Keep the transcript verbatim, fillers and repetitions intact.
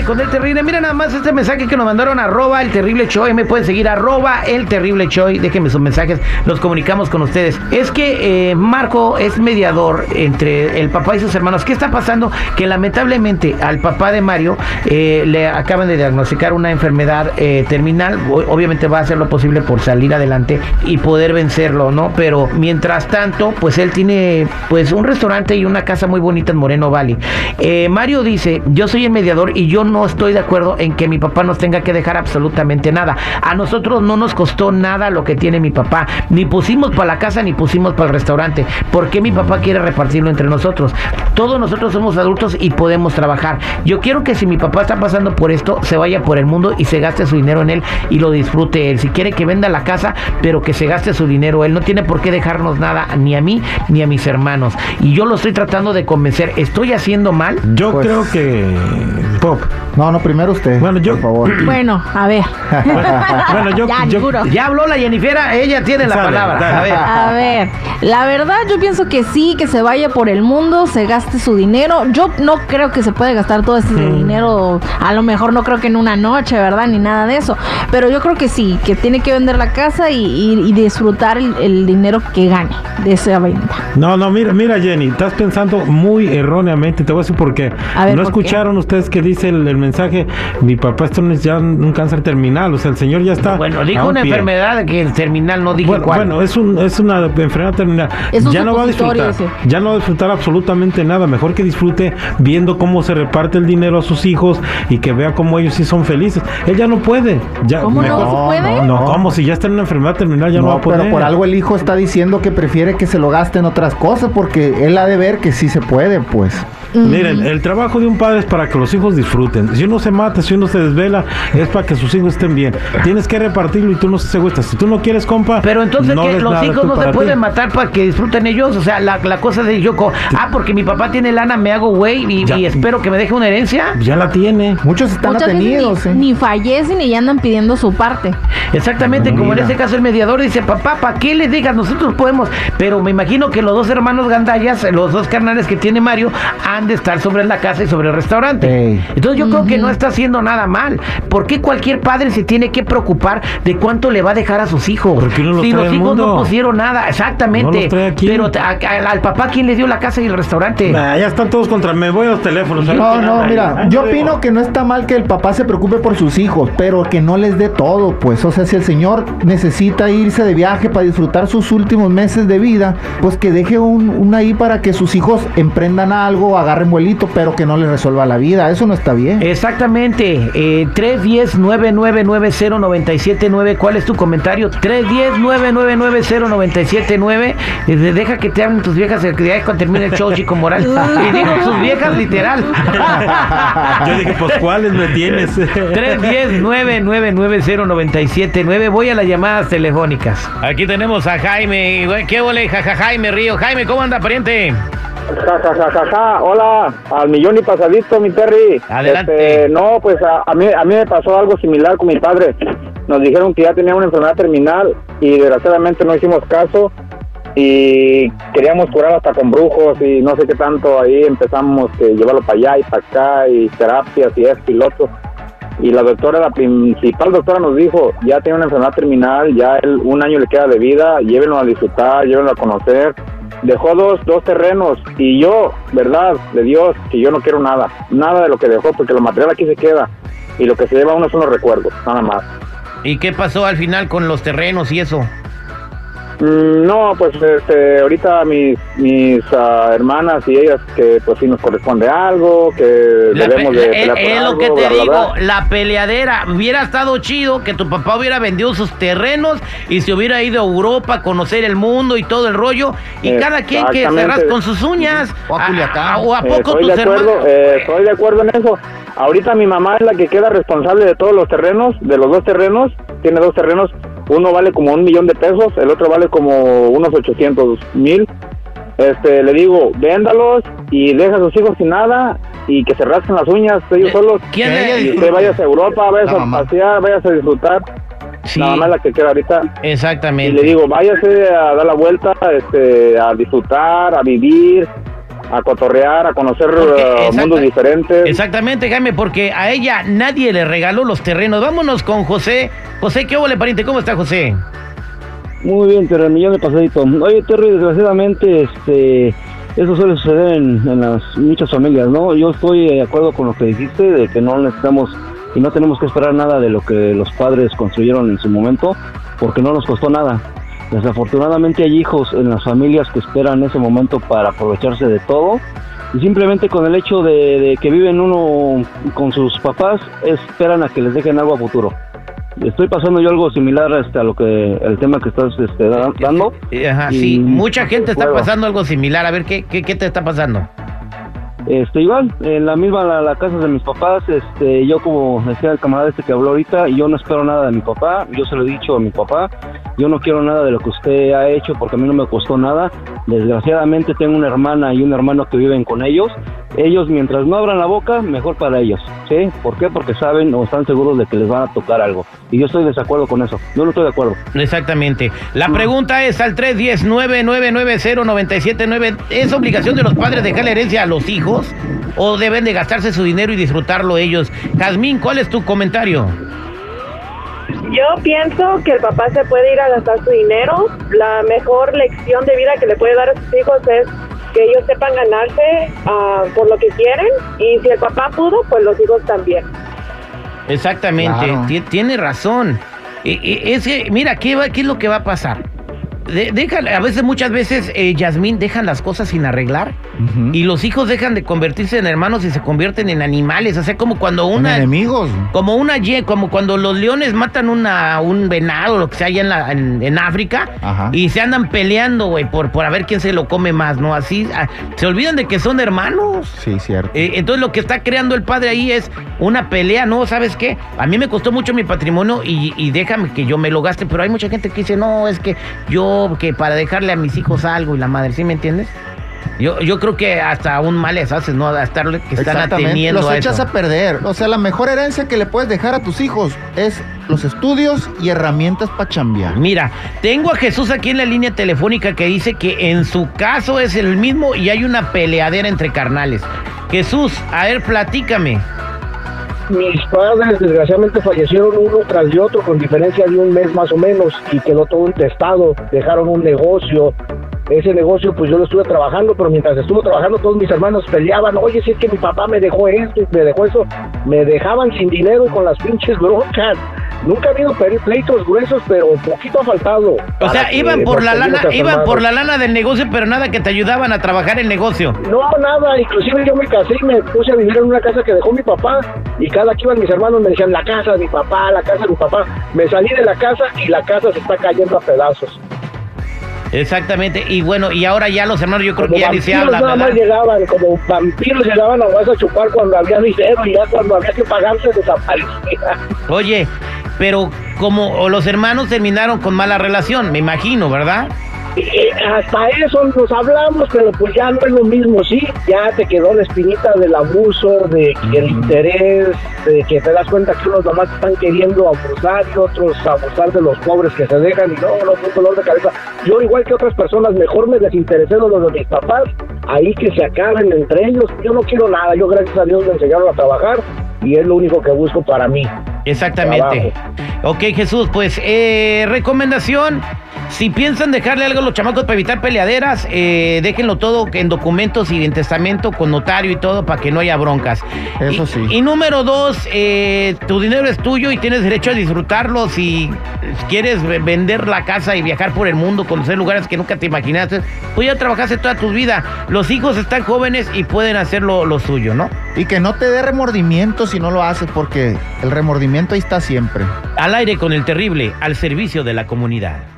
terrible con el terrible. Mira nada más este mensaje que nos mandaron arroba el terrible Choy. Me pueden seguir arroba el terrible Choy. Déjenme sus mensajes, los comunicamos con ustedes. Es que eh, Marco es mediador entre el papá y sus hermanos. ¿Qué está pasando? Que lamentablemente al papá de Mario eh, le acaban de diagnosticar una enfermedad eh, terminal. Obviamente va a hacer lo posible por salir adelante y poder vencerlo, ¿no? Pero mientras tanto, pues él tiene pues un restaurante y una casa muy bonita en Moreno Valley. Eh, Mario dice, yo soy el mediador y yo no estoy de acuerdo en que mi papá nos tenga que dejar absolutamente nada. A nosotros no nos costó nada lo que tiene mi papá. Ni pusimos para la casa ni pusimos para el restaurante. ¿Por qué mi papá quiere repartirlo entre nosotros? Todos nosotros somos adultos y podemos trabajar. Yo quiero que si mi papá está pasando por esto, se vaya por el mundo y se gaste su dinero en él y lo disfrute él. Si quiere que venda la casa, pero que se gaste su dinero. Él no tiene por qué dejarnos nada, ni a mí ni a mis hermanos. Y yo lo estoy tratando de convencer. ¿Estoy haciendo mal? Yo pues, creo que... Pop. No, no, primero usted. Bueno, yo... Por favor. Bueno, a ver. Bueno, yo... Ya, yo ya habló la Jennifer, ella tiene la Sale, palabra. dale. A ver. A ver, la verdad yo pienso que sí, que se vaya por el mundo, se gaste su dinero. Yo no creo que se puede gastar todo ese mm. dinero, a lo mejor no creo que en una noche, ¿verdad? Ni nada de eso. Pero yo creo que sí, que tiene que vender la casa y, y, y disfrutar el, el dinero que gane de esa venta. No, no, mira, mira Jenny, estás pensando muy erróneamente, te voy a decir por qué. A ver, ¿No ¿por escucharon qué? ustedes que dice el, el mensaje? Mi papá esto no es ya un cáncer terminal, o sea, el señor ya está... Bueno, dijo una pie. enfermedad que es terminal, no dije bueno, cuál. Bueno, es, un, es una enfermedad terminal. Es un ya no va a disfrutar, ese. ya no va a disfrutar absolutamente nada. Mejor que disfrute viendo cómo se reparte el dinero a sus hijos y que vea cómo ellos sí son felices. Él ya no puede. Ya, ¿Cómo mejor, no se puede? No, no, como si ya está en una enfermedad terminal, ya no, no va a poder. Pero por algo el hijo está diciendo que prefiere que se lo gaste en otras cosas, porque él ha de ver que sí se puede, pues. Mm. Miren, el trabajo de un padre es para que los hijos disfruten. Si uno se mata, si uno se desvela, es para que sus hijos estén bien. Tienes que repartirlo y tú no se gustas. Si tú no quieres, compa, pero entonces no que des los nada hijos tú no se para pueden ti. matar para que disfruten ellos. O sea, la, la cosa de yo, ah, porque mi papá tiene lana, me hago güey y, y espero que me deje una herencia. Ya la tiene. Muchos están Muchas atenidos, veces ¿eh? ni, ni fallecen y ya andan pidiendo su parte. Exactamente, No, como mira. en ese caso el mediador dice, papá, ¿para qué les digas? Nosotros podemos. Pero me imagino que los dos hermanos gandallas, los dos carnales que tiene Mario, han de estar sobre la casa y sobre el restaurante. Ey. Entonces yo Uh-huh. creo que no está haciendo nada mal. ¿Por qué cualquier padre se tiene que preocupar de cuánto le va a dejar a sus hijos? Porque uno los si trae los al hijos mundo. no pusieron nada, exactamente. No los trae aquí. Pero a, a, al papá, ¿quién le dio la casa y el restaurante? Nah, ya están todos contra. Me voy a los teléfonos. No, no, mira, yo opino que no está mal que el papá se preocupe por sus hijos, pero que no les dé todo, pues. O sea, si el señor necesita irse de viaje para disfrutar sus últimos meses de vida, pues que deje un, un ahí para que sus hijos emprendan algo, agarren vuelito, pero que no les resuelva la vida. Eso no está bien. Exactamente. Eh, tres uno cero, nueve nueve nueve cero nueve siete nueve. ¿Cuál es tu comentario? tres uno cero, nueve nueve nueve cero nueve siete nueve. Eh, deja que te hablen tus viejas eh, ya cuando termine el show, Chico Moral. Y digo sus viejas literal. Yo dije, pues, ¿cuáles me tienes? tres uno cero, nueve nueve nueve cero nueve siete nueve. Voy a las llamadas telefónicas. Aquí tenemos a Jaime. ¿Qué ole, jaja, Jaime Río? Jaime, ¿cómo anda, pariente? Ja, ja, ja, ja, ja. Hola, al millón y pasadito, mi Terry. Adelante. Este, no, pues a, a mí a mí me pasó algo similar con mi padre. Nos dijeron que ya tenía una enfermedad terminal y desgraciadamente no hicimos caso y queríamos curar hasta con brujos y no sé qué tanto. Ahí empezamos a llevarlo para allá y para acá y terapias y esto y lo otro. Y la doctora, la principal doctora nos dijo, ya tiene una enfermedad terminal, ya él, un año le queda de vida, llévenlo a disfrutar, llévenlo a conocer. Dejó dos, dos terrenos y yo, verdad, de Dios, que yo no quiero nada, nada de lo que dejó, porque lo material aquí se queda y lo que se lleva uno son los recuerdos, nada más. ¿Y qué pasó al final con los terrenos y eso? Mm, no, pues este, ahorita mis mis uh, hermanas y ellas que pues sí nos corresponde algo, que La debemos pe- de es, pelear por es lo algo, que te bla, bla, digo, bla. la peleadera. Hubiera estado chido que tu papá hubiera vendido sus terrenos y se hubiera ido a Europa a conocer el mundo y todo el rollo. Y cada quien que se Exactamente. rasque con sus uñas. O a Culiacán. a- o a Eh, poco estoy de tus acuerdo, hermanos. eh, estoy de acuerdo en eso. Ahorita mi mamá es la que queda responsable de todos los terrenos, de los dos terrenos, tiene dos terrenos, uno vale como un millón de pesos, el otro vale como unos ochocientos mil. Este, le digo, véndalos y deja a sus hijos sin nada y que se rasquen las uñas ellos Eh, solos. ¿quién y es? usted vayas a Europa, vayas La a mamá. pasear, vayas a disfrutar. Sí, La mamá es la que queda ahorita. Y exactamente. le digo, váyase a dar la vuelta, este, a disfrutar, a vivir, a cotorrear, a conocer Porque, uh, exacta- mundos diferentes. Exactamente, Jaime, porque a ella nadie le regaló los terrenos. Vámonos con José. José, ¿qué hubo, pariente? ¿Cómo está, José? Muy bien, Terry, el millón de pasadito. Oye, Terry, desgraciadamente, este, eso suele suceder en, en las muchas familias, ¿no? Yo estoy de acuerdo con lo que dijiste, de que no necesitamos y no tenemos que esperar nada de lo que los padres construyeron en su momento, porque no nos costó nada. Desafortunadamente hay hijos en las familias que esperan ese momento para aprovecharse de todo, y simplemente con el hecho de, de que viven uno con sus papás, esperan a que les dejen algo a futuro. Estoy pasando yo algo similar este, a lo que el tema que estás este, da- dando. Ajá, Y- sí, mucha gente está Bueno. pasando algo similar. A ver, ¿qué, qué, qué te está pasando? Este, igual, en la misma la, la casa de mis papás, este, yo como decía el camarada este que habló ahorita, yo no espero nada de mi papá, yo se lo he dicho a mi papá, yo no quiero nada de lo que usted ha hecho porque a mí no me costó nada. Desgraciadamente tengo una hermana y un hermano que viven con ellos. Ellos, mientras no abran la boca, mejor para ellos, ¿sí? ¿Por qué? Porque saben o están seguros de que les van a tocar algo. Y yo estoy de desacuerdo con eso, yo no estoy de acuerdo. Exactamente. La pregunta es al tres uno cero, nueve nueve nueve cero, nueve siete nueve. ¿Es obligación de los padres dejarle herencia a los hijos o deben de gastarse su dinero y disfrutarlo ellos? Jazmín, ¿cuál es tu comentario? Yo pienso que el papá se puede ir a gastar su dinero. La mejor lección de vida que le puede dar a sus hijos es que ellos sepan ganarse uh, por lo que quieren, y si el papá pudo, pues los hijos también. Exactamente, Claro. Ti- tiene razón. E- e- es que, mira, ¿qué, va, ¿qué es lo que va a pasar? De- dejan, a veces, muchas veces, eh, Yasmín, dejan las cosas sin arreglar Ujú. y los hijos dejan de convertirse en hermanos y se convierten en animales. O sea, como cuando Son una... enemigos. Como una ye- como cuando los leones matan una, un venado, lo que sea allá en, la, en, en África, Ajá. y se andan peleando, güey, por, por a ver quién se lo come más, ¿no? Así, ah, se olvidan de que son hermanos. Sí, cierto. Eh, entonces lo que está creando el padre ahí es una pelea, ¿no? ¿Sabes qué? A mí me costó mucho mi patrimonio y, y déjame que yo me lo gaste, pero hay mucha gente que dice, no, es que yo, que para dejarle a mis hijos algo y la madre, ¿sí me entiendes? Yo, yo creo que hasta un mal les haces, ¿no? A estarle que están Exactamente. ateniendo Los a echas eso. a perder. O sea, la mejor herencia que le puedes dejar a tus hijos es los estudios y herramientas para chambear. Mira, tengo a Jesús aquí en la línea telefónica que dice que en su caso es el mismo y hay una peleadera entre carnales. Jesús, a ver, platícame. Mis padres desgraciadamente fallecieron uno tras de otro con diferencia de un mes más o menos, y quedó todo intestado. Dejaron un negocio. Ese negocio pues yo lo estuve trabajando, pero mientras estuve trabajando todos mis hermanos peleaban. Oye, si es que mi papá me dejó esto y me dejó eso. Me dejaban sin dinero y con las pinches broncas. Nunca ha habido pe- pleitos gruesos, pero poquito ha faltado. O sea, para iban que por la mantenemos lana, a iban hermanos. por la lana del negocio, pero nada que te ayudaban a trabajar el negocio. No, nada, inclusive yo me casé y me puse a vivir en una casa que dejó mi papá, y cada que iban mis hermanos me decían, la casa de mi papá, la casa de mi papá. Me salí de la casa y la casa se está cayendo a pedazos. Exactamente, y bueno, y ahora ya los hermanos yo creo Como que ya ni se vampiros hablan, nada más ¿verdad? llegaban, como vampiros llegaban a vas a chupar cuando había dinero, y ya cuando había que pagar se desaparecía. Oye, pero como o los hermanos terminaron con mala relación, me imagino, ¿verdad? Eh, hasta eso nos hablamos, pero pues ya no es lo mismo, sí, ya te quedó la espinita del abuso, de que el interés, de que te das cuenta que unos nomás están queriendo abusar y otros abusar de los pobres que se dejan, y no, no, un dolor de cabeza. Yo, igual que otras personas, mejor me desinteresé de los de mis papás, ahí que se acaben entre ellos. Yo no quiero nada, yo gracias a Dios me enseñaron a trabajar y es lo único que busco para mí. Exactamente. Ok, Jesús, pues, eh, recomendación, si piensan dejarle algo a los chamacos para evitar peleaderas, eh, déjenlo todo en documentos y en testamento con notario y todo para que no haya broncas. Eso Y- sí. Y número dos, eh, tu dinero es tuyo y tienes derecho a disfrutarlo. Si quieres ve- vender la casa y viajar por el mundo, conocer lugares que nunca te imaginaste, pues ya trabajaste toda tu vida. Los hijos están jóvenes y pueden hacer lo, lo suyo, ¿no? Y que no te dé remordimiento si no lo haces, porque el remordimiento ahí está siempre. Al aire con el terrible, al servicio de la comunidad.